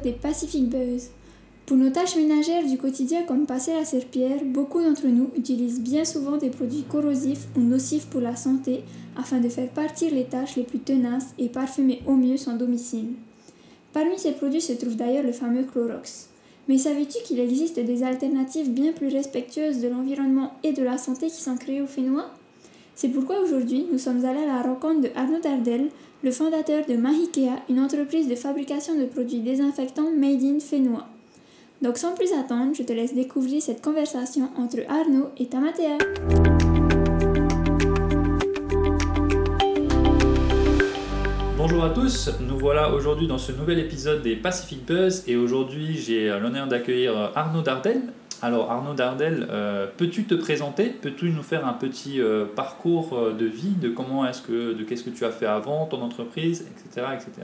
épisode des Pacific Buzz. Pour nos tâches ménagères du quotidien comme passer la serpillière, beaucoup d'entre nous utilisent bien souvent des produits corrosifs ou nocifs pour la santé afin de faire partir les tâches les plus tenaces et parfumer au mieux son domicile. Parmi ces produits se trouve d'ailleurs le fameux Clorox. Mais savais-tu qu'il existe des alternatives bien plus respectueuses de l'environnement et de la santé qui sont créées au Fénois ? C'est pourquoi aujourd'hui, nous sommes allés à la rencontre de Arnaud Dardel, le fondateur de Mahikea, une entreprise de fabrication de produits désinfectants made in Fénois. Donc sans plus attendre, je te laisse découvrir cette conversation entre Arnaud et Tamatea. Bonjour à tous, nous voilà aujourd'hui dans ce nouvel épisode des Pacific Buzz et aujourd'hui j'ai l'honneur d'accueillir Arnaud Dardel. Alors Arnaud Dardel, peux-tu te présenter? Peux-tu nous faire un petit parcours de vie, de qu'est-ce que tu as fait avant, ton entreprise, etc. etc.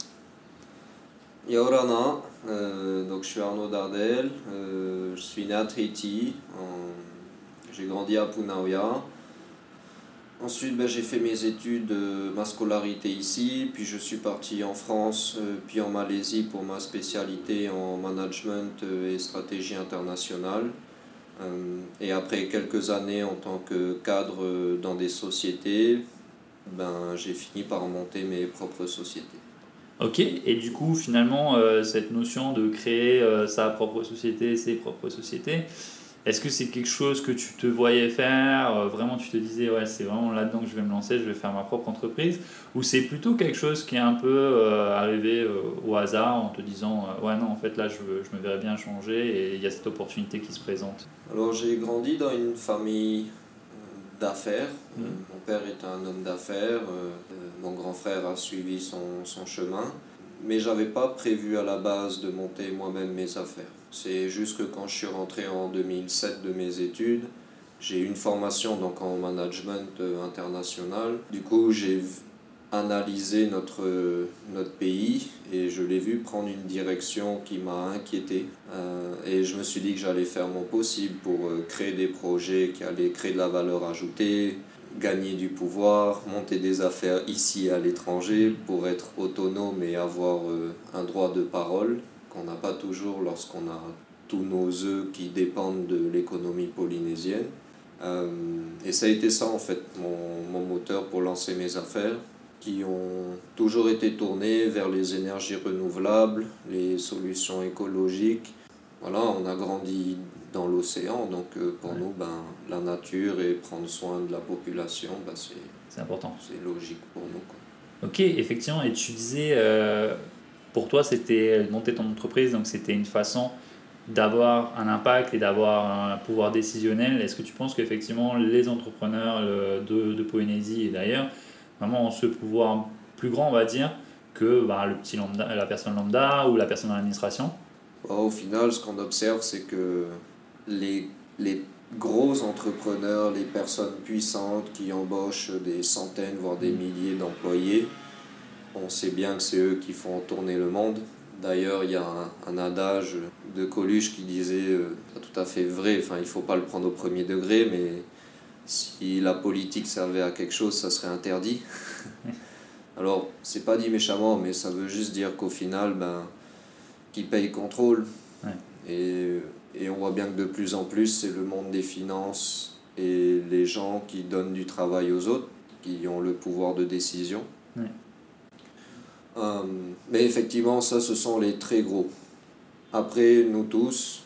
Yaorana, donc je suis Arnaud Dardel, je suis né à Tahiti, j'ai grandi à Punaoya. Ensuite j'ai fait mes études, ma scolarité ici, puis je suis parti en France, puis en Malaisie pour ma spécialité en management et stratégie internationale. Et après quelques années en tant que cadre dans des sociétés, j'ai fini par monter mes propres sociétés. Ok, et du coup finalement cette notion de créer sa propre société, ses propres sociétés, est-ce que c'est quelque chose que tu te voyais faire, vraiment tu te disais ouais c'est vraiment là-dedans que je vais me lancer, je vais faire ma propre entreprise, ou c'est plutôt quelque chose qui est un peu arrivé au hasard en te disant ouais non en fait là je me verrais bien changer et il y a cette opportunité qui se présente? Alors j'ai grandi dans une famille d'affaires. Mon père est un homme d'affaires, mon grand frère a suivi son chemin, mais j'avais pas prévu à la base de monter moi-même mes affaires. C'est juste que quand je suis rentré en 2007 de mes études, j'ai eu une formation donc en management international. Du coup, j'ai analysé notre pays et je l'ai vu prendre une direction qui m'a inquiété. Et je me suis dit que j'allais faire mon possible pour créer des projets qui allaient créer de la valeur ajoutée, gagner du pouvoir, monter des affaires ici à l'étranger pour être autonome et avoir un droit de parole qu'on n'a pas toujours lorsqu'on a tous nos œufs qui dépendent de l'économie polynésienne. Et ça a été ça en fait, mon moteur pour lancer mes affaires, qui ont toujours été tournées vers les énergies renouvelables, les solutions écologiques. Voilà, on a grandi dans l'océan, donc pour nous, la nature et prendre soin de la population, c'est important. C'est logique pour nous, quoi. Ok, effectivement, et tu disais, pour toi, c'était monter ton entreprise, donc c'était une façon d'avoir un impact et d'avoir un pouvoir décisionnel. Est-ce que tu penses qu'effectivement, les entrepreneurs de Polynésie et d'ailleurs, vraiment ont ce pouvoir plus grand, on va dire, que le petit lambda, la personne lambda ou la personne dans l'administration? Au final, ce qu'on observe, c'est que les gros entrepreneurs, les personnes puissantes qui embauchent des centaines, voire des milliers d'employés, on sait bien que c'est eux qui font tourner le monde. D'ailleurs, il y a un adage de Coluche qui disait, tout à fait vrai, il ne faut pas le prendre au premier degré, mais si la politique servait à quelque chose, ça serait interdit. Alors, c'est pas dit méchamment, mais ça veut juste dire qu'au final, qui paye contrôle. Ouais. Et on voit bien que de plus en plus, c'est le monde des finances et les gens qui donnent du travail aux autres, qui ont le pouvoir de décision. Ouais. Mais effectivement, ça, ce sont les très gros. Après, nous tous,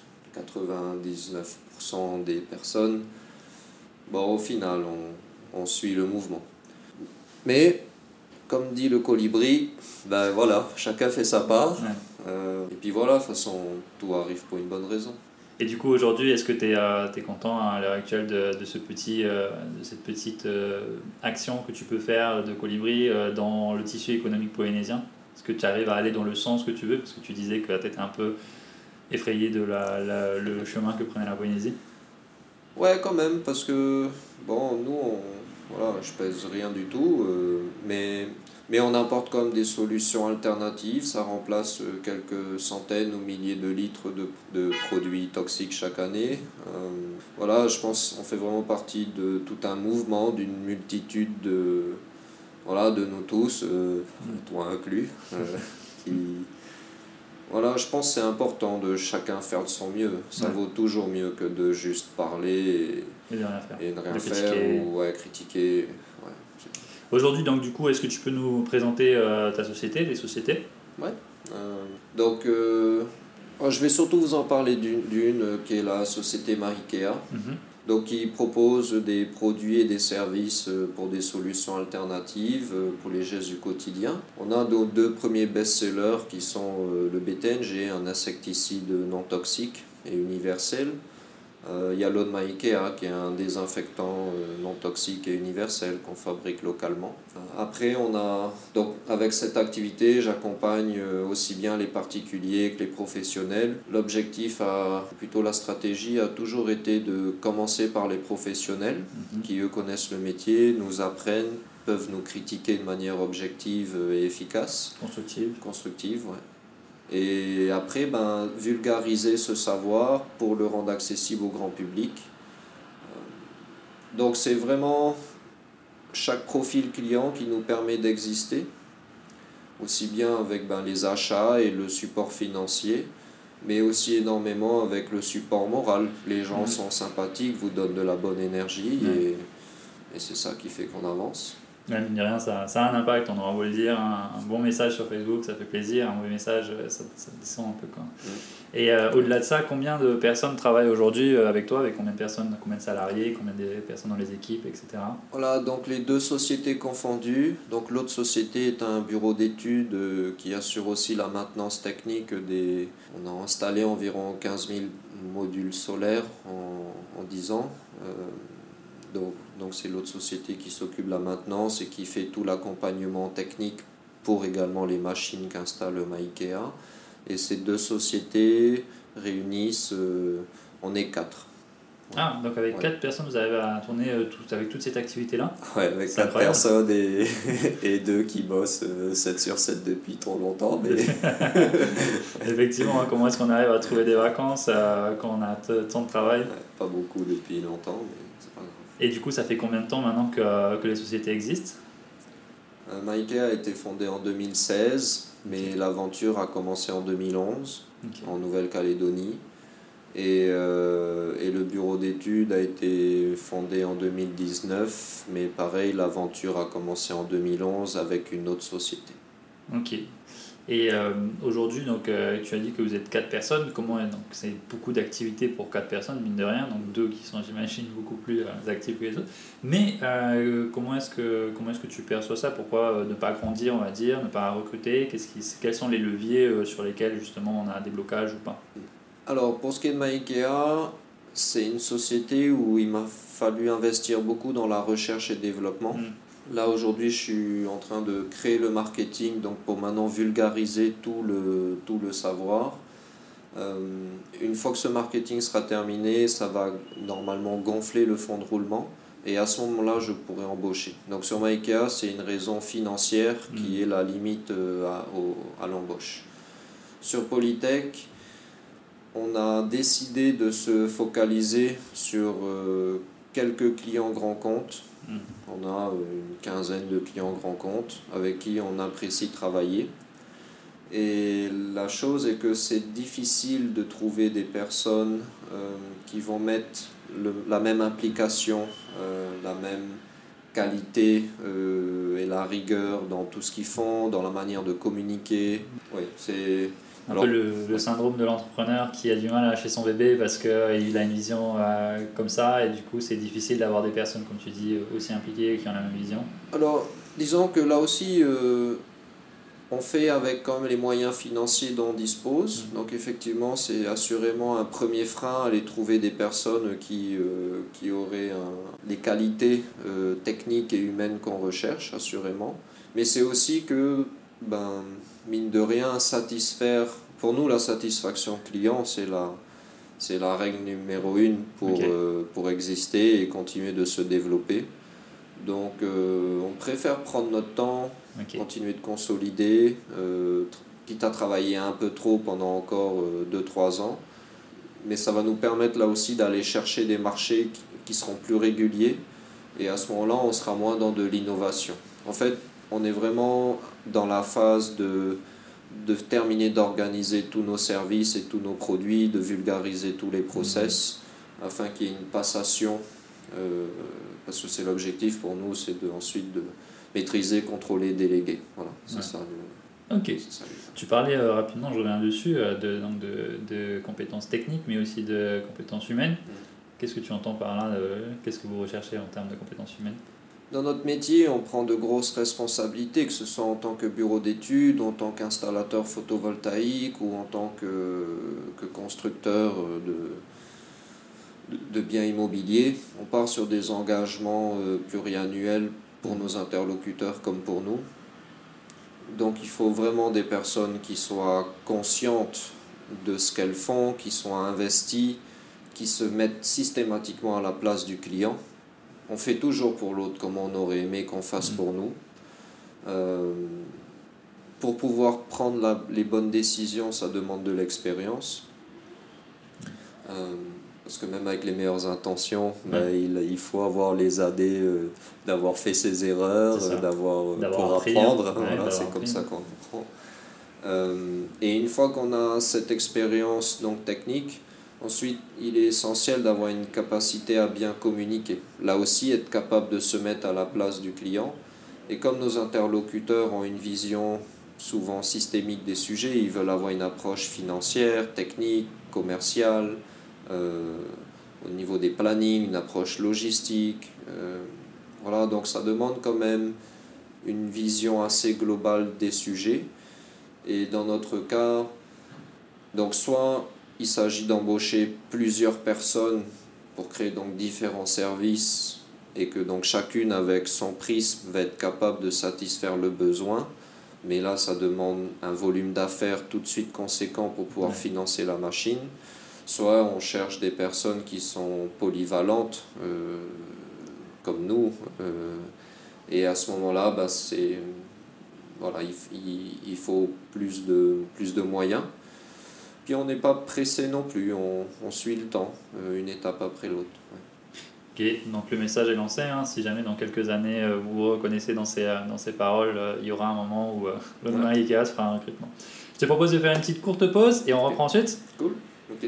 99% des personnes, au final, on suit le mouvement. Mais, comme dit le colibri, voilà, chacun fait sa part. Ouais. Et puis voilà, de toute façon, tout arrive pour une bonne raison. Et du coup, aujourd'hui, est-ce que tu es content à l'heure actuelle de cette petite action que tu peux faire de colibri dans le tissu économique polynésien? Est-ce que tu arrives à aller dans le sens que tu veux? Parce que tu disais que tu étais un peu effrayé de le chemin que prenait la Polynésie. Ouais, quand même, parce que, nous, je pèse rien du tout, mais on apporte quand même des solutions alternatives. Ça remplace quelques centaines ou milliers de litres de produits toxiques chaque année. Je pense qu'on fait vraiment partie de tout un mouvement, d'une multitude de nous tous, toi inclus, Voilà, je pense que c'est important de chacun faire de son mieux. Ça vaut toujours mieux que de juste parler Et de rien faire. et de rien De faire critiquer. ou critiquer. Ouais. Aujourd'hui, donc, du coup, est-ce que tu peux nous présenter ta société, des sociétés? Donc, je vais surtout vous en parler d'une qui est la société Marikea. Donc, qui propose des produits et des services pour des solutions alternatives pour les gestes du quotidien. On a nos 2 premiers best-sellers qui sont le BTNG, un insecticide non toxique et universel. Il y a l'eau de Maïkea qui est un désinfectant non toxique et universel qu'on fabrique localement. Après, donc avec cette activité, j'accompagne aussi bien les particuliers que les professionnels. L'objectif, plutôt la stratégie, a toujours été de commencer par les professionnels qui eux connaissent le métier, nous apprennent, peuvent nous critiquer de manière objective et efficace. Constructive, ouais. Et après, vulgariser ce savoir pour le rendre accessible au grand public. Donc c'est vraiment chaque profil client qui nous permet d'exister, aussi bien avec les achats et le support financier, mais aussi énormément avec le support moral. Les gens sont sympathiques, vous donnent de la bonne énergie et c'est ça qui fait qu'on avance. Mine de rien, ça a un impact, on aura beau le dire, un bon message sur Facebook, ça fait plaisir, un mauvais message, ça descend un peu, quoi. Et au-delà de ça, combien de personnes travaillent aujourd'hui avec toi, avec combien de salariés, combien de personnes dans les équipes, etc. Voilà, donc les 2 sociétés confondues. Donc l'autre société est un bureau d'études qui assure aussi la maintenance technique On a installé environ 15 000 modules solaires en 10 ans. Donc c'est l'autre société qui s'occupe de la maintenance et qui fait tout l'accompagnement technique pour également les machines qu'installe Maïkea. Et ces 2 sociétés réunissent, on est 4. Ah, donc avec 4 personnes, vous arrivez à tourner avec toute cette activité-là? Ouais, avec 4 personnes et 2 qui bossent 7 sur 7 depuis trop longtemps. Mais... Effectivement, comment est-ce qu'on arrive à trouver des vacances quand on a tant de travail? Pas beaucoup depuis longtemps, mais c'est pas grave. Et du coup, ça fait combien de temps maintenant que les sociétés existent? Maïkea a été fondée en 2016, mais l'aventure a commencé en 2011 en Nouvelle-Calédonie. Et le bureau d'études a été fondé en 2019, mais pareil, l'aventure a commencé en 2011 avec une autre société. Ok. Et aujourd'hui, donc, tu as dit que vous êtes 4 personnes. Donc, c'est beaucoup d'activités pour 4 personnes, mine de rien. Donc 2 qui sont, j'imagine, beaucoup plus actifs que les autres. Mais comment est-ce que tu perçois ça? Pourquoi ne pas agrandir, on va dire, ne pas recruter? Quels sont les leviers sur lesquels, justement, on a des blocages ou pas? Alors, pour ce qui est de Maïkea, c'est une société où il m'a fallu investir beaucoup dans la recherche et développement. Là, aujourd'hui, je suis en train de créer le marketing donc pour maintenant vulgariser tout le savoir. Une fois que ce marketing sera terminé, ça va normalement gonfler le fonds de roulement. Et à ce moment-là, je pourrai embaucher. Donc sur Maïkea, c'est une raison financière qui est la limite à l'embauche. Sur Polytech, on a décidé de se focaliser sur quelques clients grands comptes. On a une quinzaine de clients grands comptes avec qui on apprécie travailler. Et la chose est que c'est difficile de trouver des personnes qui vont mettre la même implication, la même qualité et la rigueur dans tout ce qu'ils font, dans la manière de communiquer. Oui, c'est... Un peu le syndrome de l'entrepreneur qui a du mal à lâcher son bébé parce qu'il a une vision comme ça et du coup c'est difficile d'avoir des personnes, comme tu dis, aussi impliquées qui ont la même vision. Alors, disons que là aussi, on fait avec quand même les moyens financiers dont on dispose. Donc effectivement, c'est assurément un premier frein, aller trouver des personnes qui auraient les qualités techniques et humaines qu'on recherche, assurément. Mais c'est aussi que, mine de rien, pour nous la satisfaction client, c'est la règle numéro 1 pour exister et continuer de se développer. Donc on préfère prendre notre temps, continuer de consolider, quitte à travailler un peu trop pendant encore 2-3 ans. Mais ça va nous permettre là aussi d'aller chercher des marchés qui seront plus réguliers. Et à ce moment-là, on sera moins dans de l'innovation. En fait, on est vraiment dans la phase de terminer d'organiser tous nos services et tous nos produits, de vulgariser tous les process afin qu'il y ait une passation, parce que c'est l'objectif pour nous, c'est ensuite de maîtriser, contrôler, déléguer. Voilà, c'est ça. Ok. C'est ça. Tu parlais rapidement, je reviens dessus, de compétences techniques, mais aussi de compétences humaines. Qu'est-ce que tu entends par là qu'est-ce que vous recherchez en termes de compétences humaines? Dans notre métier, on prend de grosses responsabilités, que ce soit en tant que bureau d'études, en tant qu'installateur photovoltaïque ou en tant que constructeur de biens immobiliers. On part sur des engagements pluriannuels pour nos interlocuteurs comme pour nous. Donc il faut vraiment des personnes qui soient conscientes de ce qu'elles font, qui soient investies, qui se mettent systématiquement à la place du client. On fait toujours pour l'autre comme on aurait aimé qu'on fasse pour nous. Pour pouvoir prendre les bonnes décisions, ça demande de l'expérience. Parce que même avec les meilleures intentions, il faut avoir les AD d'avoir fait ses erreurs, d'avoir pour appris, apprendre. Voilà, c'est comme ça qu'on apprend. Et une fois qu'on a cette expérience donc technique, ensuite il est essentiel d'avoir une capacité à bien communiquer. Là aussi, être capable de se mettre à la place du client. Et comme nos interlocuteurs ont une vision souvent systémique des sujets, ils veulent avoir une approche financière, technique, commerciale, au niveau des plannings, une approche logistique. Voilà, donc ça demande quand même une vision assez globale des sujets. Et dans notre cas, donc soit il s'agit d'embaucher plusieurs personnes pour créer donc différents services et que donc chacune avec son prisme va être capable de satisfaire le besoin. Mais là, ça demande un volume d'affaires tout de suite conséquent pour pouvoir financer la machine. Soit on cherche des personnes qui sont polyvalentes, comme nous, et à ce moment-là, voilà, il faut plus de moyens. Puis on n'est pas pressé non plus, on suit le temps, une étape après l'autre. Ok, donc le message est lancé, hein. Si jamais dans quelques années vous vous reconnaissez dans ces paroles, il y aura un moment où le nom IKEA se fera un recrutement. Je te propose de faire une petite courte pause et on reprend ensuite. Cool, ok.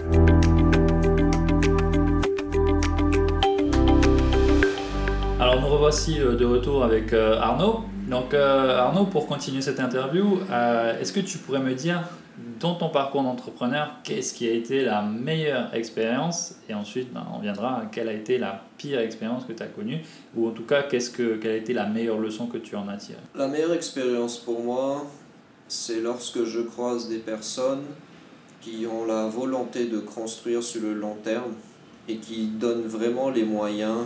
Alors nous revoici de retour avec Arnaud. Donc Arnaud, pour continuer cette interview, est-ce que tu pourrais me dire, dans ton parcours d'entrepreneur, qu'est-ce qui a été la meilleure expérience? Et ensuite, on viendra à quelle a été la pire expérience que tu as connue, ou en tout cas, quelle a été la meilleure leçon que tu en as tirée? La meilleure expérience pour moi, c'est lorsque je croise des personnes qui ont la volonté de construire sur le long terme et qui donnent vraiment les moyens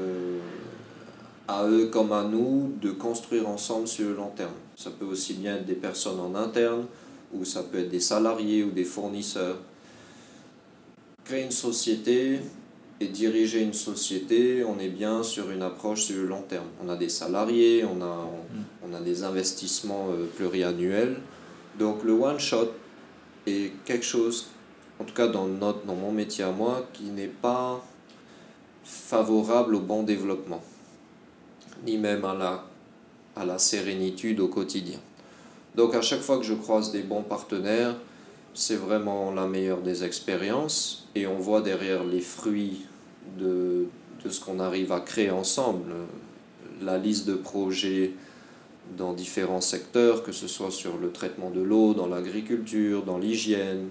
à eux comme à nous de construire ensemble sur le long terme. Ça peut aussi bien être des personnes en interne, ou ça peut être des salariés ou des fournisseurs. Créer une société et diriger une société, on est bien sur une approche sur le long terme. On a des salariés, on a des investissements pluriannuels. Donc le one shot est quelque chose, en tout cas dans mon métier à moi, qui n'est pas favorable au bon développement, ni même à la sérénitude au quotidien. Donc à chaque fois que je croise des bons partenaires, c'est vraiment la meilleure des expériences et on voit derrière les fruits de ce qu'on arrive à créer ensemble. La liste de projets dans différents secteurs, que ce soit sur le traitement de l'eau, dans l'agriculture, dans l'hygiène,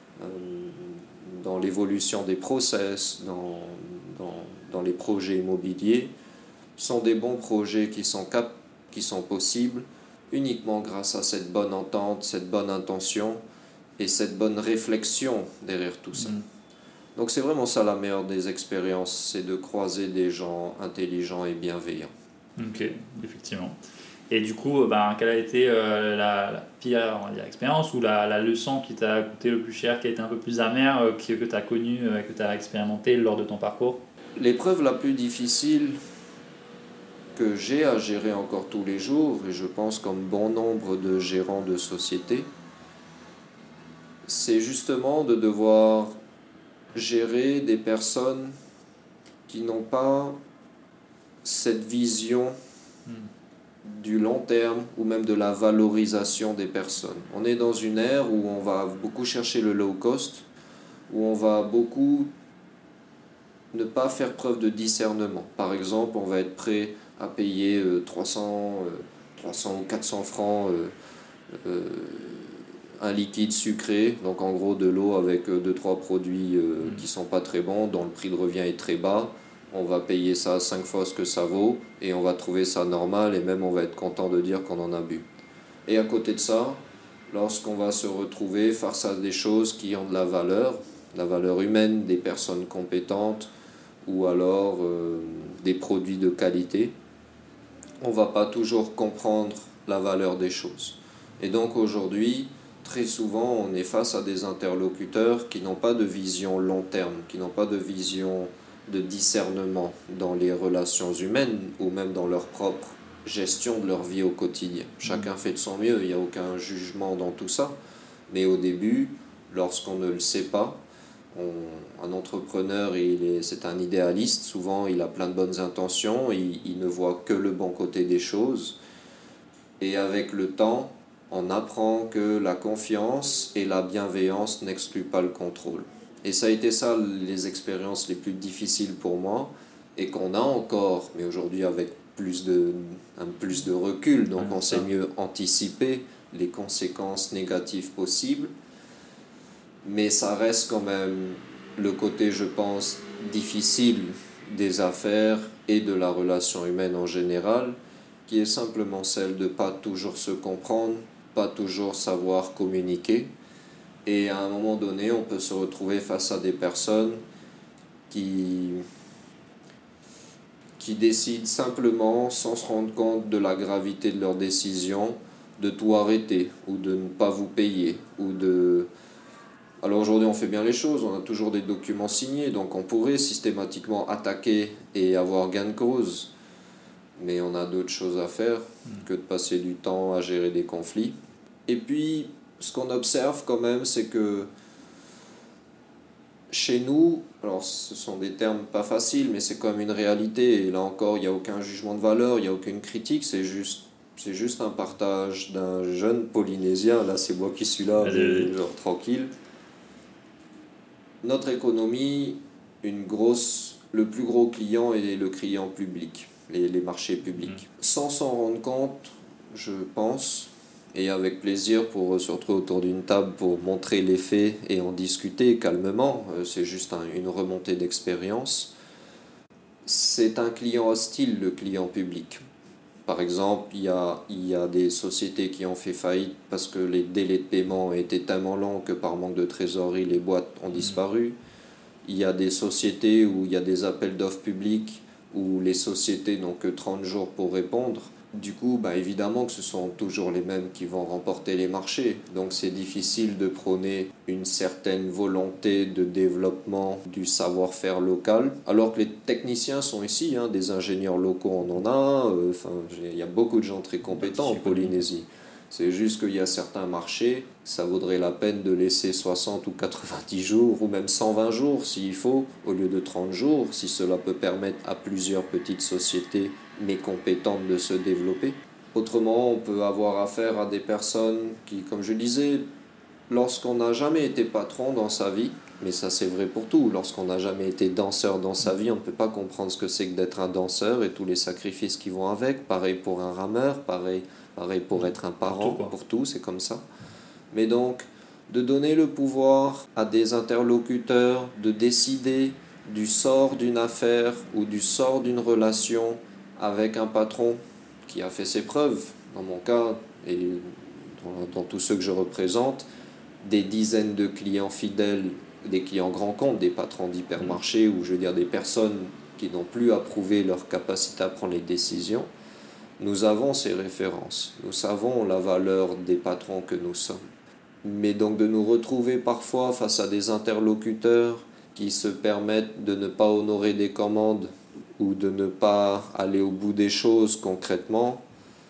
dans l'évolution des process, dans les projets immobiliers, sont des bons projets qui sont possibles uniquement grâce à cette bonne entente, cette bonne intention et cette bonne réflexion derrière tout ça. Donc c'est vraiment ça la meilleure des expériences, c'est de croiser des gens intelligents et bienveillants. Ok, effectivement. Et du coup, quelle a été la pire expérience ou la leçon qui t'a coûté le plus cher, qui a été un peu plus amère, que tu as connue, que tu as expérimenté lors de ton parcours? L'épreuve la plus difficile que j'ai à gérer encore tous les jours, et je pense comme bon nombre de gérants de sociétés, c'est justement de devoir gérer des personnes qui n'ont pas cette vision du long terme ou même de la valorisation des personnes. On est dans une ère où on va beaucoup chercher le low cost, où on va beaucoup ne pas faire preuve de discernement. Par exemple, on va être prêt à payer 300 ou 400 francs un liquide sucré, donc en gros de l'eau avec 2-3 produits qui sont pas très bons, dont le prix de revient est très bas. On va payer ça 5 fois ce que ça vaut et on va trouver ça normal et même on va être content de dire qu'on en a bu. Et à côté de ça, lorsqu'on va se retrouver face à des choses qui ont de la valeur humaine, des personnes compétentes ou alors des produits de qualité, on va pas toujours comprendre la valeur des choses. Et donc aujourd'hui, très souvent, on est face à des interlocuteurs qui n'ont pas de vision long terme, qui n'ont pas de vision de discernement dans les relations humaines ou même dans leur propre gestion de leur vie au quotidien. Chacun fait de son mieux, il n'y a aucun jugement dans tout ça. Mais au début, lorsqu'on ne le sait pas, un entrepreneur, c'est un idéaliste, souvent il a plein de bonnes intentions, il ne voit que le bon côté des choses. Et avec le temps, on apprend que la confiance et la bienveillance n'excluent pas le contrôle. Et ça a été ça les expériences les plus difficiles pour moi et qu'on a encore, mais aujourd'hui avec plus de recul, donc on sait mieux anticiper les conséquences négatives possibles. Mais ça reste quand même le côté, je pense, difficile des affaires et de la relation humaine en général, qui est simplement celle de ne pas toujours se comprendre, pas toujours savoir communiquer. Et à un moment donné, on peut se retrouver face à des personnes qui décident simplement, sans se rendre compte de la gravité de leurs décisions, de tout arrêter ou de ne pas vous payer. Alors aujourd'hui, on fait bien les choses, on a toujours des documents signés, donc on pourrait systématiquement attaquer et avoir gain de cause. Mais on a d'autres choses à faire que de passer du temps à gérer des conflits. Et puis, ce qu'on observe quand même, c'est que chez nous, alors ce sont des termes pas faciles, mais c'est quand même une réalité. Et là encore, il n'y a aucun jugement de valeur, il n'y a aucune critique, c'est juste un partage d'un jeune Polynésien. Là, c'est moi qui suis là, genre tranquille. Notre économie, le plus gros client est le client public, les marchés publics. Sans s'en rendre compte, je pense, et avec plaisir pour se retrouver autour d'une table pour montrer les faits et en discuter calmement, c'est juste une remontée d'expérience. C'est un client hostile, le client public. Par exemple, il y a des sociétés qui ont fait faillite parce que les délais de paiement étaient tellement longs que par manque de trésorerie, les boîtes ont disparu. Il y a des sociétés où il y a des appels d'offres publics où les sociétés n'ont que 30 jours pour répondre. Du coup, évidemment que ce sont toujours les mêmes qui vont remporter les marchés. Donc c'est difficile de prôner une certaine volonté de développement du savoir-faire local. Alors que les techniciens sont ici, des ingénieurs locaux on en a. Il y a beaucoup de gens très compétents en Polynésie. C'est juste qu'il y a certains marchés, ça vaudrait la peine de laisser 60 ou 90 jours, ou même 120 jours s'il faut, au lieu de 30 jours, si cela peut permettre à plusieurs petites sociétés mécompétentes de se développer. Autrement, on peut avoir affaire à des personnes qui, comme je disais, lorsqu'on n'a jamais été patron dans sa vie, mais ça c'est vrai pour tout, lorsqu'on n'a jamais été danseur dans sa vie, on ne peut pas comprendre ce que c'est que d'être un danseur et tous les sacrifices qui vont avec. Pareil pour un rameur, pareil pour être un parent, pour tout, c'est comme ça. Mais donc, de donner le pouvoir à des interlocuteurs de décider du sort d'une affaire ou du sort d'une relation avec un patron qui a fait ses preuves, dans mon cas et dans tous ceux que je représente, des dizaines de clients fidèles, des clients grands comptes, des patrons d'hypermarchés ou je veux dire des personnes qui n'ont plus à prouver leur capacité à prendre les décisions. Nous avons ces références, nous savons la valeur des patrons que nous sommes. Mais donc de nous retrouver parfois face à des interlocuteurs qui se permettent de ne pas honorer des commandes ou de ne pas aller au bout des choses concrètement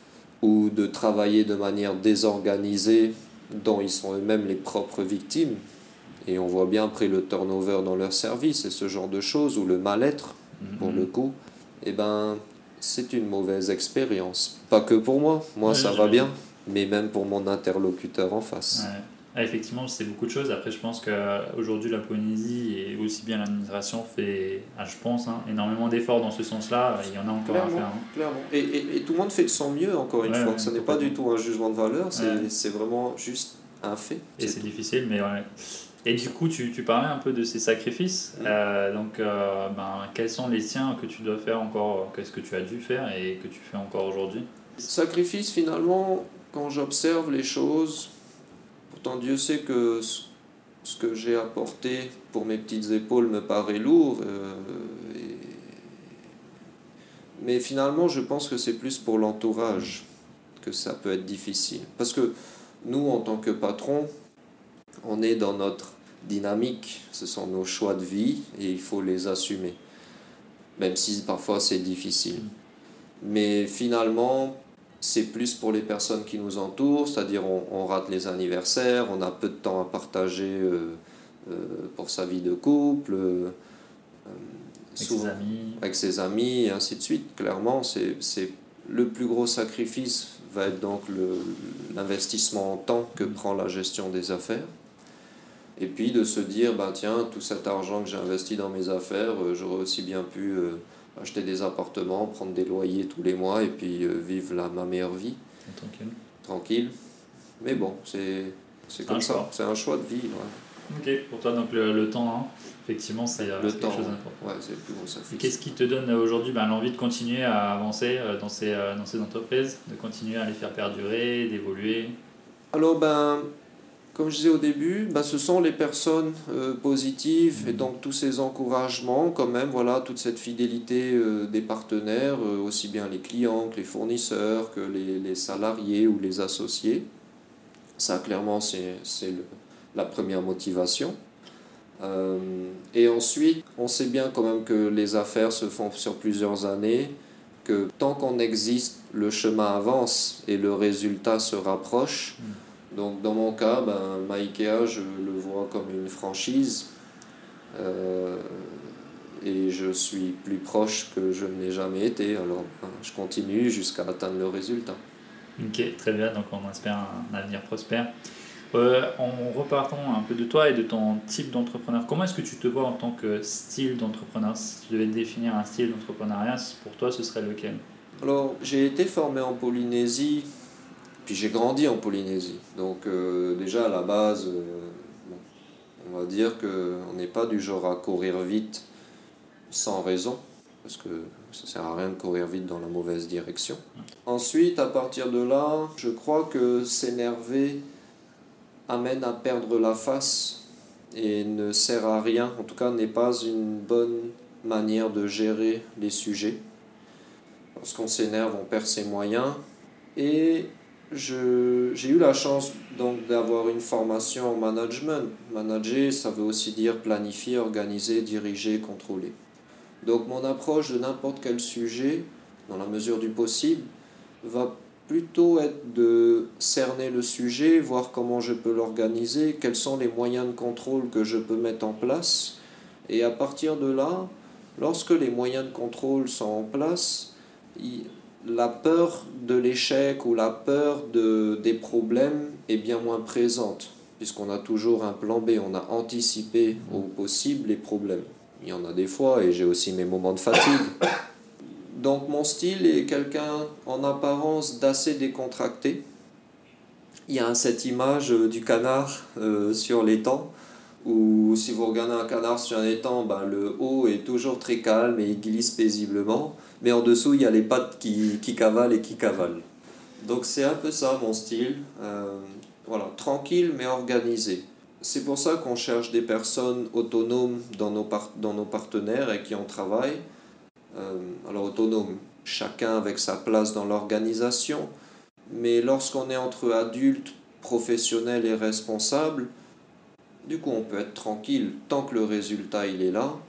ou de travailler de manière désorganisée dont ils sont eux-mêmes les propres victimes. Et on voit bien après le turnover dans leur service et ce genre de choses, ou le mal-être pour le coup, c'est une mauvaise expérience. Pas que pour moi, moi ça va bien, mais même pour mon interlocuteur en face. Ouais. Ah, effectivement, c'est beaucoup de choses. Après, je pense qu'aujourd'hui, la Polynésie et aussi bien l'administration fait, je pense, énormément d'efforts dans ce sens-là. Il y en a encore à faire. Clairement. Et tout le monde fait de son mieux, encore une fois. Ce n'est pas du tout un jugement de valeur, c'est vraiment juste un fait. Et c'est difficile, mais ouais. Et du coup, tu parlais un peu de ces sacrifices. Quels sont les tiens que tu dois faire encore? Qu'est-ce que tu as dû faire et que tu fais encore aujourd'hui? Sacrifice, finalement, quand j'observe les choses, pourtant Dieu sait que ce que j'ai apporté pour mes petites épaules me paraît lourd. Mais finalement, je pense que c'est plus pour l'entourage que ça peut être difficile. Parce que nous, en tant que patrons, on est dans notre dynamique. Ce sont nos choix de vie et il faut les assumer. Même si parfois c'est difficile. Mais finalement, c'est plus pour les personnes qui nous entourent, c'est-à-dire on rate les anniversaires, on a peu de temps à partager pour sa vie de couple, avec ses amis, et ainsi de suite. Clairement, c'est le plus gros sacrifice va être donc l'investissement en temps que prend la gestion des affaires. Et puis de se dire, tiens, tout cet argent que j'ai investi dans mes affaires, j'aurais aussi bien pu acheter des appartements, prendre des loyers tous les mois et puis vivre ma meilleure vie. Tranquille. Mais bon, c'est comme ça. C'est un choix de vie. Ok, pour toi, donc le temps, effectivement, c'est quelque chose d'important. Ouais, c'est le plus gros sacrifice. Qu'est-ce qui te donne aujourd'hui l'envie de continuer à avancer dans ces entreprises, de continuer à les faire perdurer, d'évoluer? Alors, comme je disais au début, ce sont les personnes positives et donc tous ces encouragements quand même, voilà, toute cette fidélité des partenaires, aussi bien les clients que les fournisseurs, que les salariés ou les associés. Ça, clairement, c'est la première motivation. Et ensuite, on sait bien quand même que les affaires se font sur plusieurs années, que tant qu'on existe, le chemin avance et le résultat se rapproche. Donc dans mon cas, MyIkea, je le vois comme une franchise et je suis plus proche que je ne l'ai jamais été. Alors je continue jusqu'à atteindre le résultat. Ok, très bien, donc on espère un avenir prospère. En repartant un peu de toi et de ton type d'entrepreneur, comment est-ce que tu te vois en tant que style d'entrepreneur? Si tu devais définir un style d'entrepreneuriat, pour toi ce serait lequel? Alors j'ai été formé en Polynésie. Puis j'ai grandi en Polynésie, donc déjà à la base, on va dire qu'on n'est pas du genre à courir vite sans raison, parce que ça ne sert à rien de courir vite dans la mauvaise direction. Ensuite, à partir de là, je crois que s'énerver amène à perdre la face et ne sert à rien, en tout cas n'est pas une bonne manière de gérer les sujets. Lorsqu'on s'énerve, on perd ses moyens et j'ai eu la chance donc d'avoir une formation en management. Manager, ça veut aussi dire planifier, organiser, diriger, contrôler. Donc mon approche de n'importe quel sujet, dans la mesure du possible, va plutôt être de cerner le sujet, voir comment je peux l'organiser, quels sont les moyens de contrôle que je peux mettre en place. Et à partir de là, lorsque les moyens de contrôle sont en place, la peur de l'échec ou la peur des problèmes est bien moins présente, puisqu'on a toujours un plan B, on a anticipé au possible les problèmes. Il y en a des fois et j'ai aussi mes moments de fatigue. Donc mon style est quelqu'un en apparence d'assez décontracté. Il y a cette image du canard sur l'étang, où si vous regardez un canard sur un étang, le haut est toujours très calme et il glisse paisiblement, mais en dessous il y a les pattes qui cavalent et qui cavalent. Donc c'est un peu ça mon style, voilà, tranquille mais organisé. C'est pour ça qu'on cherche des personnes autonomes dans nos partenaires et qui on travaille. Alors autonome, chacun avec sa place dans l'organisation, mais lorsqu'on est entre adultes, professionnels et responsables, du coup on peut être tranquille, tant que le résultat il est là,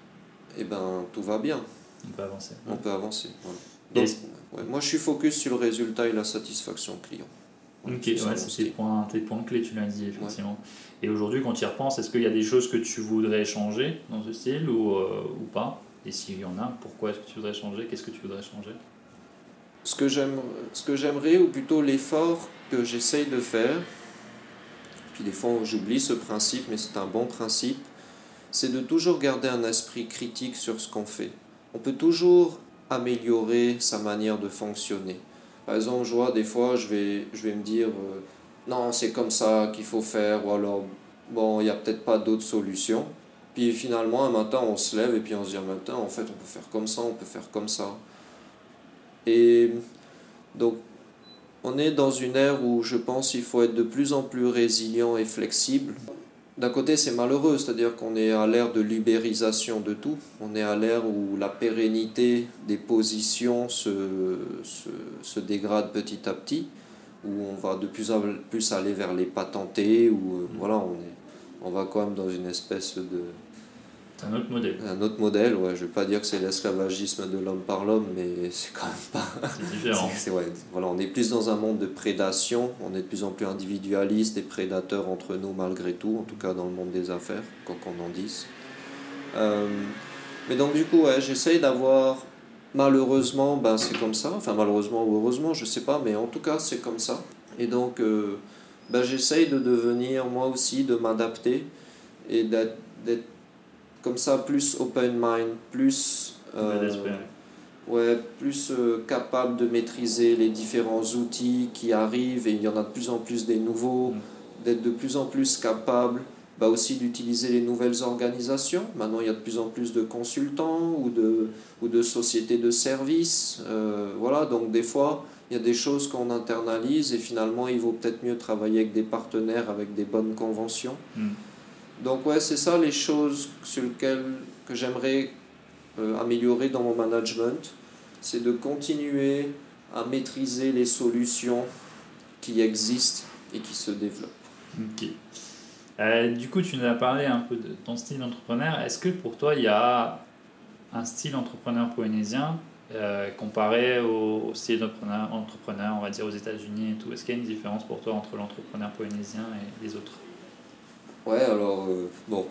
tout va bien. On peut avancer. On peut avancer, voilà. Donc, moi je suis focus sur le résultat et la satisfaction client. Voilà, ok, c'est tes points clés, tu l'as dit effectivement. Ouais. Et aujourd'hui, quand tu y repenses, est-ce qu'il y a des choses que tu voudrais changer dans ce style ou pas? Et s'il y en a, pourquoi est-ce que tu voudrais changer? Qu'est-ce que tu voudrais changer? Ce que j'aimerais, ou plutôt l'effort que j'essaye de faire, puis des fois j'oublie ce principe, mais c'est un bon principe, c'est de toujours garder un esprit critique sur ce qu'on fait. On peut toujours améliorer sa manière de fonctionner. Par exemple, je vois des fois, je vais me dire, non, c'est comme ça qu'il faut faire, ou alors, bon, il n'y a peut-être pas d'autre solution. Puis finalement, un matin, on se lève et puis on se dit, un matin, en fait, on peut faire comme ça, on peut faire comme ça. Et donc, on est dans une ère où je pense qu'il faut être de plus en plus résilient et flexible. D'un côté, c'est malheureux, c'est-à-dire qu'on est à l'ère de l'ubérisation de tout. On est à l'ère où la pérennité des positions se dégrade petit à petit, où on va de plus en plus aller vers les patentés, où voilà, on va quand même dans une espèce de... C'est un autre modèle. Un autre modèle, ouais. Je ne vais pas dire que c'est l'esclavagisme de l'homme par l'homme, mais c'est quand même pas... C'est différent. Ouais, voilà, on est plus dans un monde de prédation, on est de plus en plus individualiste et prédateurs entre nous malgré tout, en tout cas dans le monde des affaires, quoi qu'on en dise. Mais donc du coup, ouais, j'essaye d'avoir... Malheureusement, ben, c'est comme ça, enfin malheureusement ou heureusement, je sais pas, mais en tout cas c'est comme ça. Et donc ben, j'essaye de devenir moi aussi, de m'adapter et d'être comme ça plus open mind, plus... ouais, plus capable de maîtriser les différents outils qui arrivent, et il y en a de plus en plus des nouveaux, d'être de plus en plus capable bah aussi d'utiliser les nouvelles organisations. Maintenant, il y a de plus en plus de consultants ou de sociétés de services. Voilà, donc des fois, il y a des choses qu'on internalise et finalement, il vaut peut-être mieux travailler avec des partenaires, avec des bonnes conventions. Donc ouais, c'est ça les choses sur lesquelles que j'aimerais améliorer dans mon management, c'est de continuer à maîtriser les solutions qui existent et qui se développent. Ok. Du coup, tu nous as parlé un peu de ton style d'entrepreneur. Est-ce que pour toi, il y a un style entrepreneur polynésien comparé au style d'entrepreneur, on va dire, aux États-Unis et tout? Est-ce qu'il y a une différence pour toi entre l'entrepreneur polynésien et les autres? Ouais, alors, bon,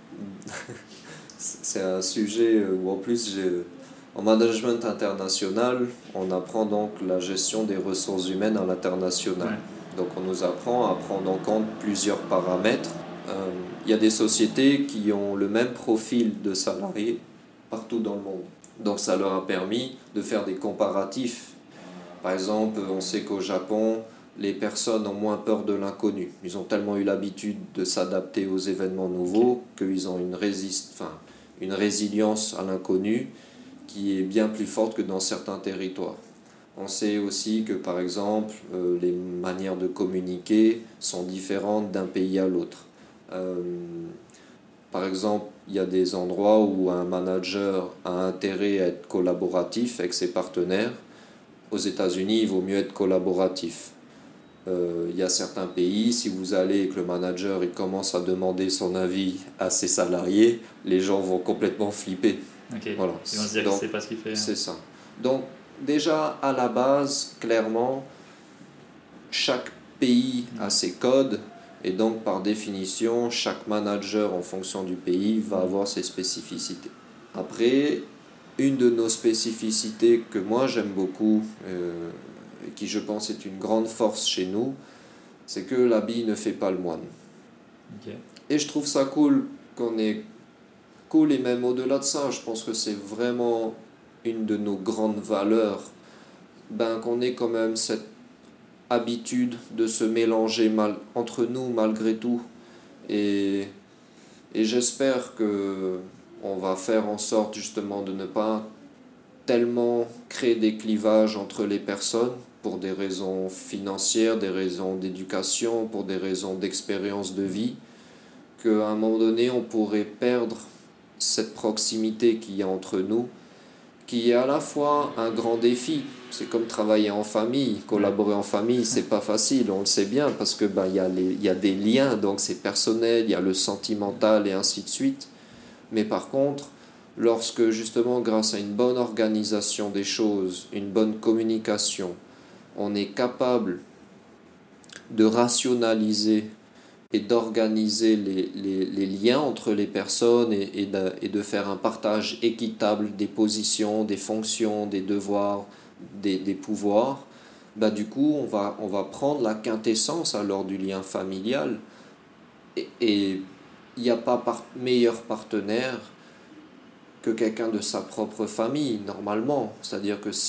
c'est un sujet où en plus, en management international, on apprend donc la gestion des ressources humaines à l'international. Ouais. Donc on nous apprend à prendre en compte plusieurs paramètres. Il y a des sociétés qui ont le même profil de salariés partout dans le monde. Donc ça leur a permis de faire des comparatifs. Par exemple, on sait qu'au Japon, les personnes ont moins peur de l'inconnu. Ils ont tellement eu l'habitude de s'adapter aux événements nouveaux qu'ils ont une résilience à l'inconnu qui est bien plus forte que dans certains territoires. On sait aussi que, par exemple, les manières de communiquer sont différentes d'un pays à l'autre. Par exemple, il y a des endroits où un manager a intérêt à être collaboratif avec ses partenaires. Aux États-Unis, il vaut mieux être collaboratif. Il y a certains pays, si vous allez et que le manager il commence à demander son avis à ses salariés, les gens vont complètement flipper. Okay. Voilà. Ils vont se dire que c'est pas ce qu'il fait. C'est ça. Donc, déjà, à la base, clairement, chaque pays a ses codes, et donc, par définition, chaque manager, en fonction du pays, va avoir ses spécificités. Après, une de nos spécificités que moi j'aime beaucoup, et qui je pense est une grande force chez nous, c'est que l'habit ne fait pas le moine. Okay. Et je trouve ça cool qu'on ait cool, et même au-delà de ça, je pense que c'est vraiment une de nos grandes valeurs, qu'on ait quand même cette habitude de se mélanger entre nous malgré tout, et j'espère que on va faire en sorte justement de ne pas tellement créer des clivages entre les personnes pour des raisons financières, des raisons d'éducation, pour des raisons d'expérience de vie, qu'à un moment donné on pourrait perdre cette proximité qu'il y a entre nous, qui est à la fois un grand défi. C'est comme travailler en famille, collaborer en famille, c'est pas facile, on le sait bien, parce que y a des liens, donc c'est personnel, il y a le sentimental et ainsi de suite. Mais par contre, lorsque justement grâce à une bonne organisation des choses, une bonne communication, on est capable de rationaliser et d'organiser les liens entre les personnes et de faire un partage équitable des positions, des fonctions, des devoirs, des pouvoirs, bah, du coup, on va prendre la quintessence alors du lien familial. Et il n'y a pas meilleur partenaire que quelqu'un de sa propre famille, normalement. C'est-à-dire que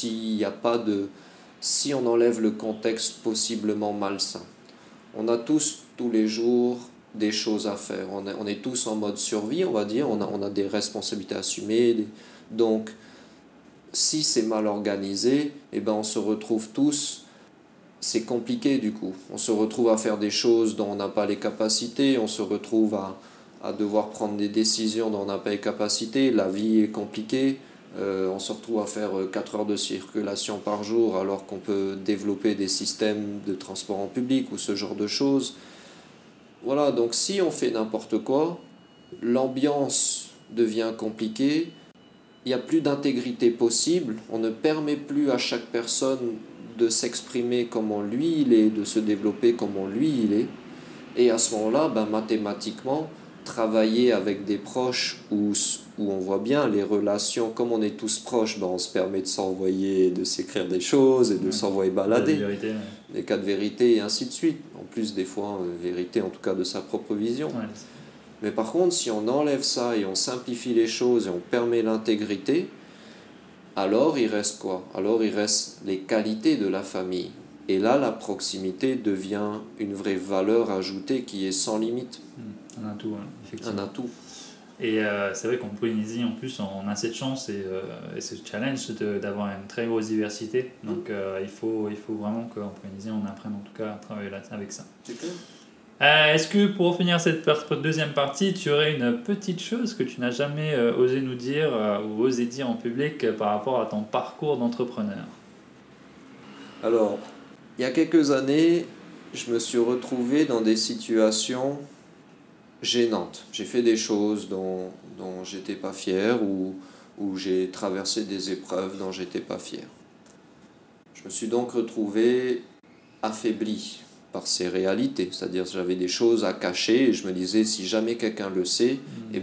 si on enlève le contexte possiblement malsain, on a tous les jours des choses à faire. On est tous en mode survie, on va dire. On a des responsabilités à assumer. Donc, si c'est mal organisé, eh ben on se retrouve tous. C'est compliqué du coup. On se retrouve à faire des choses dont on n'a pas les capacités. On se retrouve à devoir prendre des décisions dont on n'a pas les capacités. La vie est compliquée. On se retrouve à faire 4 heures de circulation par jour alors qu'on peut développer des systèmes de transport en public ou ce genre de choses. Voilà, donc si on fait n'importe quoi, l'ambiance devient compliquée, il n'y a plus d'intégrité possible, on ne permet plus à chaque personne de s'exprimer comme lui il est, de se développer comme lui il est. Et à ce moment-là, mathématiquement, travailler avec des proches où on voit bien les relations, comme on est tous proches, on se permet de s'envoyer, de s'écrire des choses et de s'envoyer balader. Des cas de vérité et ainsi de suite. En plus, des fois, vérité en tout cas de sa propre vision. Ouais. Mais par contre, si on enlève ça et on simplifie les choses et on permet l'intégrité, alors il reste quoi? Alors il reste les qualités de la famille. Et là, la proximité devient une vraie valeur ajoutée qui est sans limite. Un atout, hein, effectivement. Un atout. Et c'est vrai qu'en Polynésie, en plus, on a cette chance et ce challenge d'avoir une très grosse diversité. Donc il faut vraiment qu'en Polynésie, on apprenne en tout cas à travailler avec ça. C'est clair. Est-ce que pour finir cette deuxième partie, tu aurais une petite chose que tu n'as jamais osé nous dire ou osé dire en public par rapport à ton parcours d'entrepreneur? Alors, il y a quelques années, je me suis retrouvé dans des situations gênantes. J'ai fait des choses dont j'étais pas fier ou j'ai traversé des épreuves dont j'étais pas fier. Je me suis donc retrouvé affaibli par ces réalités, c'est-à-dire que j'avais des choses à cacher et je me disais si jamais quelqu'un le sait,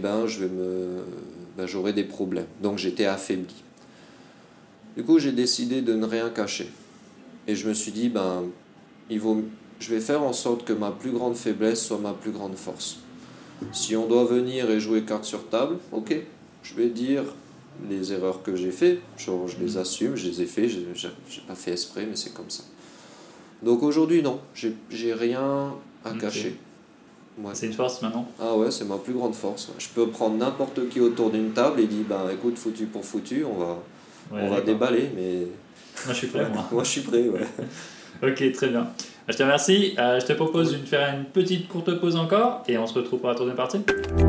j'aurai des problèmes. Donc j'étais affaibli. Du coup, j'ai décidé de ne rien cacher. Et je me suis dit je vais faire en sorte que ma plus grande faiblesse soit ma plus grande force. Si on doit venir et jouer carte sur table, ok, je vais dire les erreurs que j'ai fait, je les assume, je les ai fait, j'ai pas fait exprès, mais c'est comme ça. Donc aujourd'hui, non, j'ai rien à cacher. Ouais. C'est une force maintenant? Ah ouais, c'est ma plus grande force. Je peux prendre n'importe qui autour d'une table et dire, écoute, foutu pour foutu, on va déballer, mais... Moi je suis prêt, moi. Moi je suis prêt, ouais. Ok, très bien. Je te remercie. Je te propose de faire une petite courte pause encore et on se retrouve pour la troisième partie.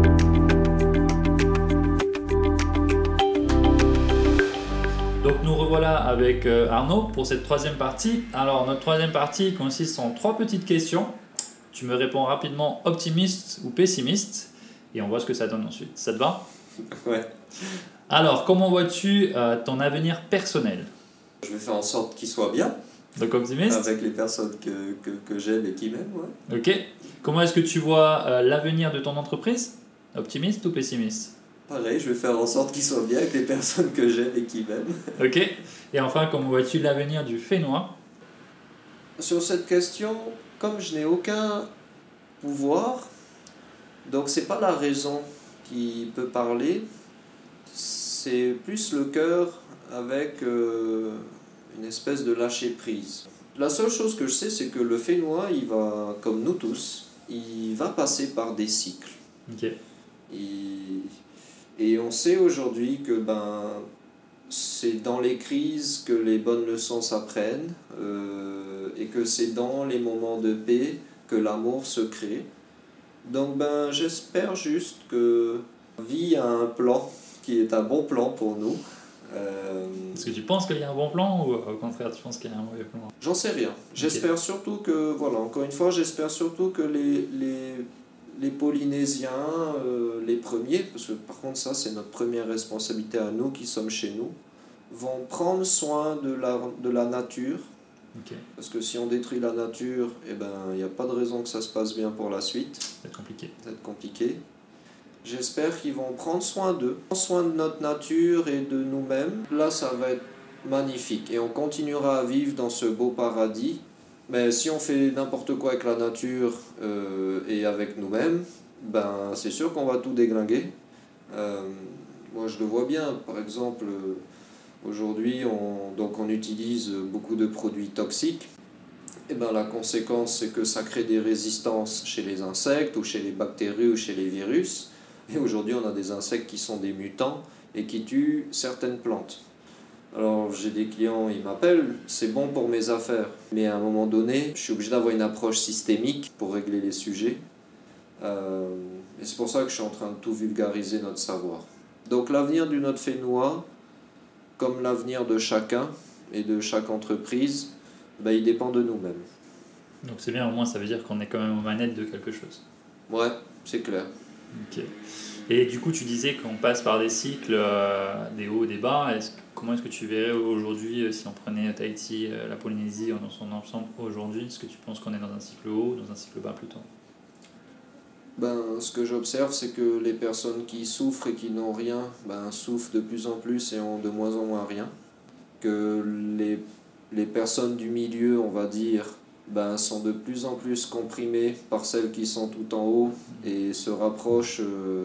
Donc nous revoilà avec Arnaud pour cette troisième partie. Alors notre troisième partie consiste en 3 petites questions. Tu me réponds rapidement optimiste ou pessimiste et on voit ce que ça donne ensuite. Ça te va? Ouais. Alors comment vois-tu ton avenir personnel? Je vais faire en sorte qu'il soit bien. Donc optimiste? Avec les personnes que j'aime et qui m'aiment, ouais. Ok. Comment est-ce que tu vois l'avenir de ton entreprise? Optimiste ou pessimiste? Pareil, je vais faire en sorte qu'il soit bien avec les personnes que j'aime et qui m'aiment. Ok. Et enfin, comment vois-tu l'avenir du Fénois? Sur cette question, comme je n'ai aucun pouvoir, donc c'est pas la raison qui peut parler, c'est plus le cœur avec une espèce de lâcher prise. La seule chose que je sais, c'est que le Fénois, il va, comme nous tous, il va passer par des cycles. Ok. Et on sait aujourd'hui que c'est dans les crises que les bonnes leçons s'apprennent et que c'est dans les moments de paix que l'amour se crée. Donc j'espère juste que la vie a un plan qui est un bon plan pour nous. Est-ce que tu penses qu'il y a un bon plan ou au contraire tu penses qu'il y a un mauvais plan? J'en sais rien. J'espère surtout que, encore une fois, j'espère surtout que les Polynésiens, les premiers, parce que par contre ça c'est notre première responsabilité à nous qui sommes chez nous, vont prendre soin de la nature Ok. Parce que si on détruit la nature, eh ben, il n'y a pas de raison que ça se passe bien pour la suite. Ça va être compliqué. Ça va être compliqué. J'espère qu'ils vont prendre soin d'eux, prendre soin de notre nature et de nous-mêmes. Là, ça va être magnifique et on continuera à vivre dans ce beau paradis. Mais si on fait n'importe quoi avec la nature et avec nous-mêmes, ben, c'est sûr qu'on va tout déglinguer. Moi, je le vois bien. Par exemple, aujourd'hui, on utilise beaucoup de produits toxiques. Et ben, la conséquence, c'est que ça crée des résistances chez les insectes ou chez les bactéries ou chez les virus. Et aujourd'hui, on a des insectes qui sont des mutants et qui tuent certaines plantes. Alors, j'ai des clients, ils m'appellent, c'est bon pour mes affaires. Mais à un moment donné, je suis obligé d'avoir une approche systémique pour régler les sujets. Et c'est pour ça que je suis en train de tout vulgariser notre savoir. Donc, l'avenir du Nôtre Fénois, comme l'avenir de chacun et de chaque entreprise, ben, il dépend de nous-mêmes. Donc c'est bien, au moins ça veut dire qu'on est quand même aux manettes de quelque chose. Ouais, c'est clair. Ok. Et du coup, tu disais qu'on passe par des cycles, des hauts, des bas. Comment est-ce que tu verrais aujourd'hui, si on prenait Tahiti, la Polynésie dans son ensemble aujourd'hui, est-ce que tu penses qu'on est dans un cycle haut ou dans un cycle bas plutôt? Ben, ce que j'observe, c'est que les personnes qui souffrent et qui n'ont rien, ben, souffrent de plus en plus et ont de moins en moins rien. Que les personnes du milieu, on va dire, ben, sont de plus en plus comprimées par celles qui sont tout en haut et se rapprochent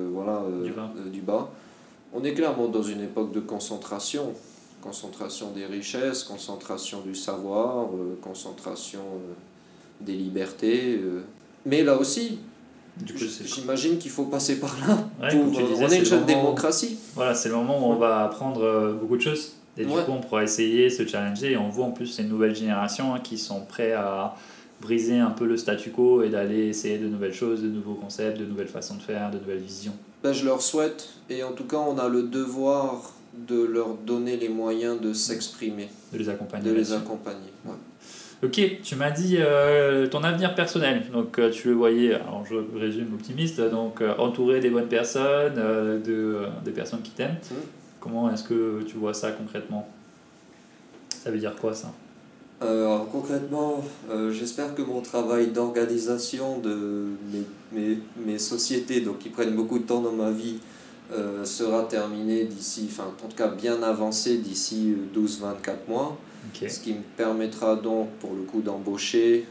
du bas. On est clairement dans une époque de concentration. Concentration des richesses, concentration du savoir, concentration des libertés. Mais là aussi, j'imagine qu'il faut passer par là. Ouais, comme tu disais, on est une jeune moment, démocratie. Voilà, c'est le moment où on va apprendre beaucoup de choses. Et du coup, on pourra essayer, se challenger. Et on voit en plus ces nouvelles générations qui sont prêtes à briser un peu le statu quo et d'aller essayer de nouvelles choses, de nouveaux concepts, de nouvelles façons de faire, de nouvelles visions. Ben, je leur souhaite. Et en tout cas, on a le devoir de leur donner les moyens de s'exprimer. De les accompagner. De les accompagner, ouais. Ok, tu m'as dit ton avenir personnel, donc tu le voyais, alors je résume optimiste, donc entouré des bonnes personnes, des personnes qui t'aiment. Comment est-ce que tu vois ça concrètement? Ça veut dire quoi ça? Alors concrètement, j'espère que mon travail d'organisation de mes sociétés, donc qui prennent beaucoup de temps dans ma vie, sera terminé d'ici, enfin en tout cas bien avancé d'ici 12-24 mois. Okay. Ce qui me permettra donc pour le coup d'embaucher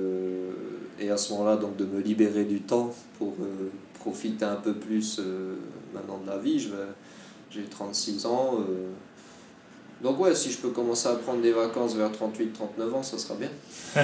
et à ce moment-là donc de me libérer du temps pour profiter un peu plus maintenant de la vie. J'ai 36 ans. Donc ouais, si je peux commencer à prendre des vacances vers 38-39 ans, ça sera bien.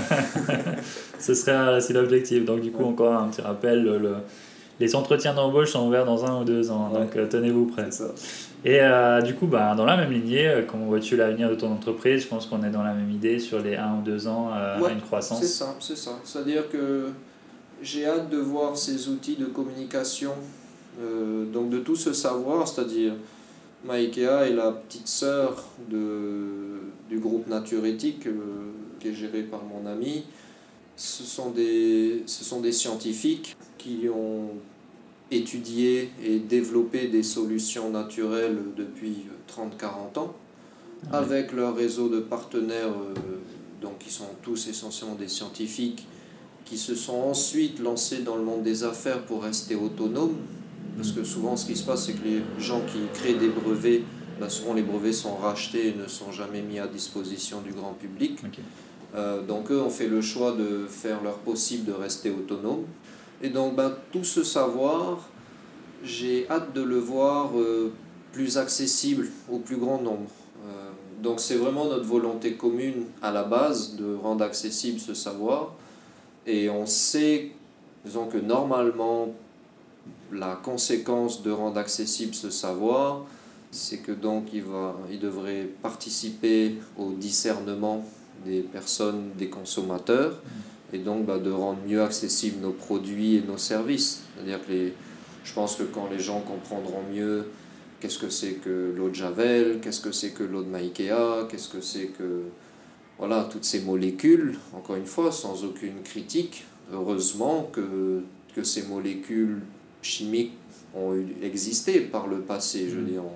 C'est l'objectif. Donc du coup, encore un petit rappel, les entretiens d'embauche sont ouverts dans 1 ou 2 ans, ouais. Donc tenez-vous prêts. C'est ça. Et du coup, dans la même lignée, comment vois-tu l'avenir de ton entreprise? Je pense qu'on est dans la même idée sur les 1 ou 2 ans ouais, une croissance. C'est ça. C'est-à-dire que j'ai hâte de voir ces outils de communication, donc de tout ce savoir, c'est-à-dire Maïkea est la petite sœur du groupe Naturéthique qui est géré par mon ami. Ce sont des scientifiques qui ont étudié et développé des solutions naturelles depuis 30-40 ans, avec leur réseau de partenaires, donc qui sont tous essentiellement des scientifiques, qui se sont ensuite lancés dans le monde des affaires pour rester autonomes. Parce que souvent, ce qui se passe, c'est que les gens qui créent des brevets, souvent les brevets sont rachetés et ne sont jamais mis à disposition du grand public. Okay. Donc eux ont fait le choix de faire leur possible de rester autonomes. Et donc tout ce savoir, j'ai hâte de le voir plus accessible au plus grand nombre. Donc c'est vraiment notre volonté commune à la base de rendre accessible ce savoir. Et on sait, disons que normalement, la conséquence de rendre accessible ce savoir, c'est que donc il devrait participer au discernement des personnes, des consommateurs, et donc de rendre mieux accessibles nos produits et nos services. C'est-à-dire que je pense que quand les gens comprendront mieux qu'est-ce que c'est que l'eau de Javel, qu'est-ce que c'est que l'eau de Maïkea, qu'est-ce que c'est que voilà, toutes ces molécules, encore une fois, sans aucune critique, heureusement que ces molécules chimiques ont existé par le passé. Je veux dire,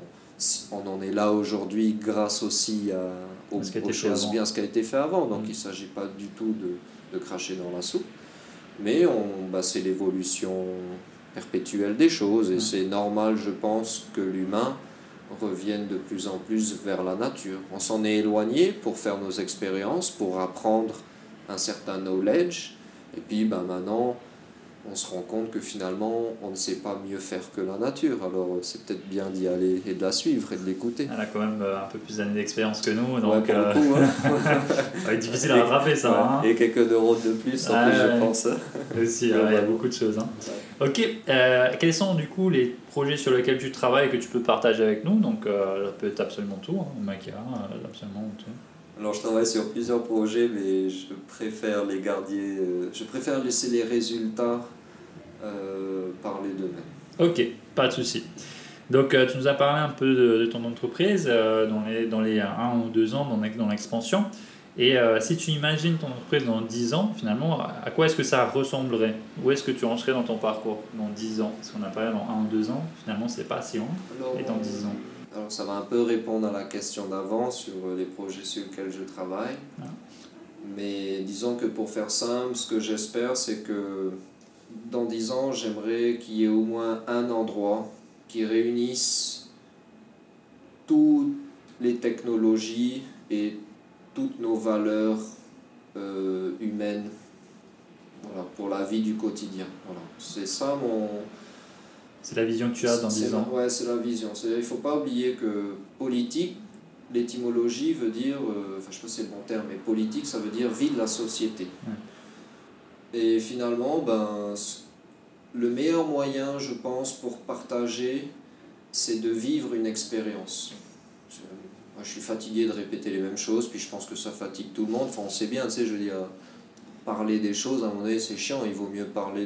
on en est là aujourd'hui grâce aussi aux choses bien, ce qui a été fait avant. Donc il ne s'agit pas du tout de cracher dans la soupe. Mais c'est l'évolution perpétuelle des choses. Et c'est normal, je pense, que l'humain revienne de plus en plus vers la nature. On s'en est éloigné pour faire nos expériences, pour apprendre un certain knowledge. Et puis maintenant, on se rend compte que finalement, on ne sait pas mieux faire que la nature. Alors c'est peut-être bien d'y aller et de la suivre et de l'écouter. Elle a quand même un peu plus d'années d'expérience que nous, donc pour le coup, ça va être difficile à rattraper ça. Ouais. Hein. Et quelques neurones de plus, en plus, je pense. Aussi, il y a beaucoup de choses. Hein. Ouais. Ok, quels sont du coup les projets sur lesquels tu travailles et que tu peux partager avec nous? Donc ça peut être absolument tout, hein, Makia, absolument tout. Alors je travaille sur plusieurs projets, mais je préfère les garder, je préfère laisser les résultats parler d'eux-mêmes. Ok, pas de souci. Donc tu nous as parlé un peu de ton entreprise dans les 1 ou 2 ans dans l'expansion. Et si tu imagines ton entreprise dans 10 ans, finalement, à quoi est-ce que ça ressemblerait? Où est-ce que tu en serais dans ton parcours dans 10 ans? Parce qu'on a parlé dans 1 ou 2 ans, finalement c'est pas si loin. Et dans 10 ans? Alors ça va un peu répondre à la question d'avant sur les projets sur lesquels je travaille. Ah. Mais disons que pour faire simple, ce que j'espère, c'est que dans 10 ans, j'aimerais qu'il y ait au moins un endroit qui réunisse toutes les technologies et toutes nos valeurs humaines, voilà, pour la vie du quotidien. Voilà. C'est ça mon... C'est la vision que tu as dans 10 ans. Ouais, c'est la vision. Il ne faut pas oublier que politique, l'étymologie veut dire, je ne sais pas si c'est le bon terme, mais politique, ça veut dire vie de la société. Ouais. Et finalement, le meilleur moyen, je pense, pour partager, c'est de vivre une expérience. Moi, je suis fatigué de répéter les mêmes choses, puis je pense que ça fatigue tout le monde. Enfin, on sait bien, tu sais, je veux dire, parler des choses, à un moment donné, c'est chiant. Il vaut mieux parler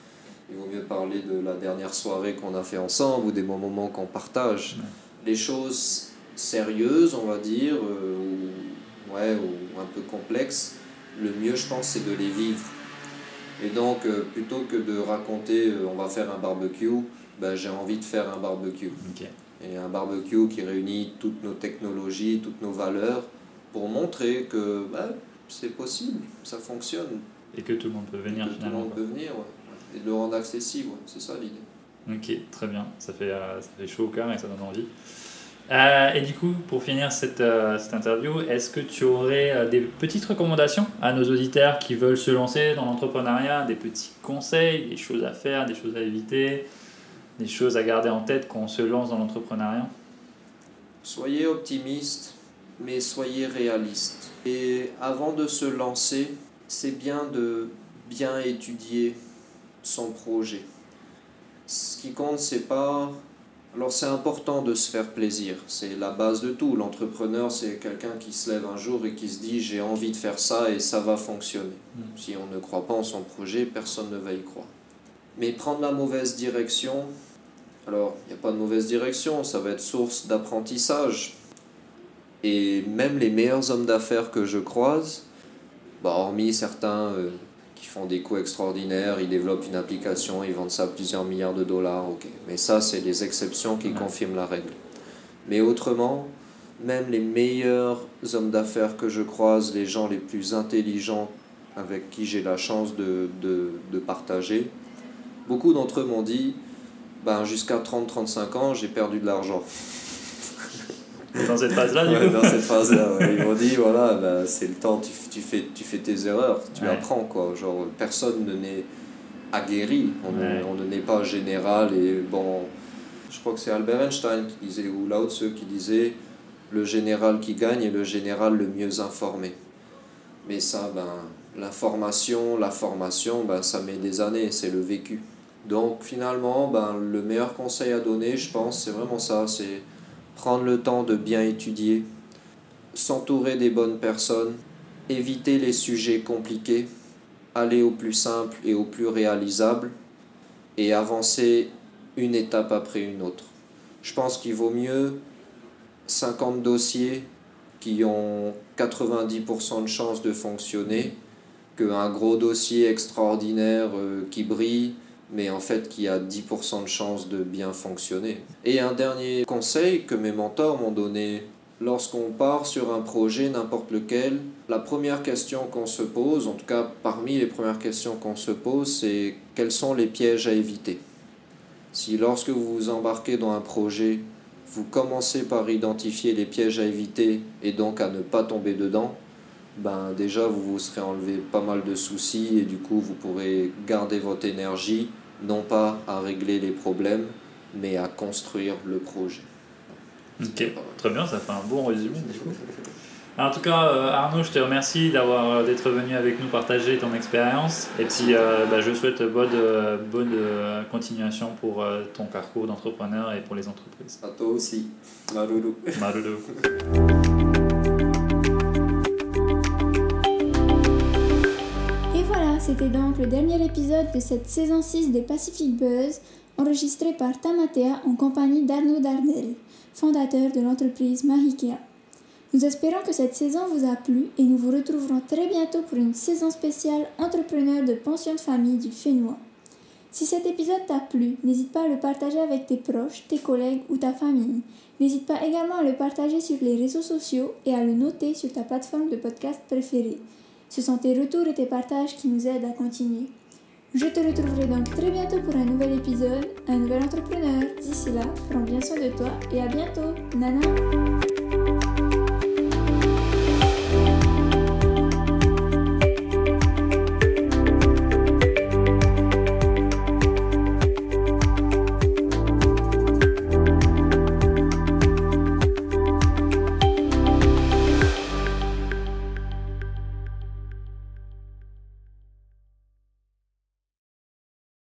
de la dernière soirée qu'on a fait ensemble ou des bons moments qu'on partage. Ouais. Les choses sérieuses, on va dire, ou un peu complexes, le mieux, je pense, c'est de les vivre. Et donc, plutôt que de raconter on va faire un barbecue, j'ai envie de faire un barbecue. Okay. Et un barbecue qui réunit toutes nos technologies, toutes nos valeurs, pour montrer que c'est possible, ça fonctionne. Et que tout le monde peut venir finalement. Tout le monde peut venir, ouais. Et de le rendre accessible, ouais. C'est ça l'idée. Ok, très bien, ça fait chaud au cœur et ça donne envie. Et du coup, pour finir cette interview, est-ce que tu aurais des petites recommandations à nos auditeurs qui veulent se lancer dans l'entrepreneuriat, des petits conseils, des choses à faire, des choses à éviter, des choses à garder en tête quand on se lance dans l'entrepreneuriat? Soyez optimiste, mais soyez réaliste. Et avant de se lancer, c'est bien de bien étudier son projet. Ce qui compte, c'est pas... Alors c'est important de se faire plaisir, c'est la base de tout. L'entrepreneur, c'est quelqu'un qui se lève un jour et qui se dit j'ai envie de faire ça et ça va fonctionner. Si on ne croit pas en son projet, personne ne va y croire. Mais prendre la mauvaise direction, alors il n'y a pas de mauvaise direction, ça va être source d'apprentissage. Et même les meilleurs hommes d'affaires que je croise, hormis certains qui font des coûts extraordinaires, ils développent une application, ils vendent ça à plusieurs milliards de dollars, ok. Mais ça, c'est les exceptions qui confirment la règle. Mais autrement, même les meilleurs hommes d'affaires que je croise, les gens les plus intelligents avec qui j'ai la chance de partager, beaucoup d'entre eux m'ont dit, jusqu'à 30-35 ans, j'ai perdu de l'argent. Dans cette phase-là, du coup. Dans cette phase-là, ouais. Ils m'ont dit, voilà, c'est le temps, tu fais tes erreurs, tu apprends, quoi. Genre, personne ne n'est aguerri, on ne n'est pas général. Et bon, je crois que c'est Albert Einstein qui disait, ou Lao Tzu qui disait, le général qui gagne est le général le mieux informé. Mais ça, la formation, ça met des années, c'est le vécu. Donc, finalement, le meilleur conseil à donner, je pense, c'est vraiment ça, c'est prendre le temps de bien étudier, s'entourer des bonnes personnes, éviter les sujets compliqués, aller au plus simple et au plus réalisable et avancer une étape après une autre. Je pense qu'il vaut mieux 50 dossiers qui ont 90% de chances de fonctionner qu'un gros dossier extraordinaire qui brille mais en fait qui a 10% de chances de bien fonctionner. Et un dernier conseil que mes mentors m'ont donné: lorsqu'on part sur un projet, n'importe lequel, la première question qu'on se pose, en tout cas parmi les premières questions qu'on se pose, c'est quels sont les pièges à éviter. Si lorsque vous vous embarquez dans un projet, vous commencez par identifier les pièges à éviter et donc à ne pas tomber dedans, déjà vous vous serez enlevé pas mal de soucis et du coup vous pourrez garder votre énergie, non pas à régler les problèmes, mais à construire le projet. Ok, très bien, ça fait un bon résumé du coup. En tout cas, Arnaud, je te remercie d'être venu avec nous partager ton expérience. Et puis, je souhaite bonne continuation pour ton parcours d'entrepreneur et pour les entreprises. À toi aussi. Maruru. Maruru. Et voilà, c'était donc le dernier épisode de cette saison 6 des Pacific Buzz, enregistré par Tamatea en compagnie d'Arnaud Dardel, fondateur de l'entreprise Mahikea. Nous espérons que cette saison vous a plu et nous vous retrouverons très bientôt pour une saison spéciale entrepreneur de pension de famille du Fénois. Si cet épisode t'a plu, n'hésite pas à le partager avec tes proches, tes collègues ou ta famille. N'hésite pas également à le partager sur les réseaux sociaux et à le noter sur ta plateforme de podcast préférée. Ce sont tes retours et tes partages qui nous aident à continuer. Je te retrouverai donc très bientôt pour un nouvel épisode, un nouvel entrepreneur. D'ici là, prends bien soin de toi et à bientôt. Nana!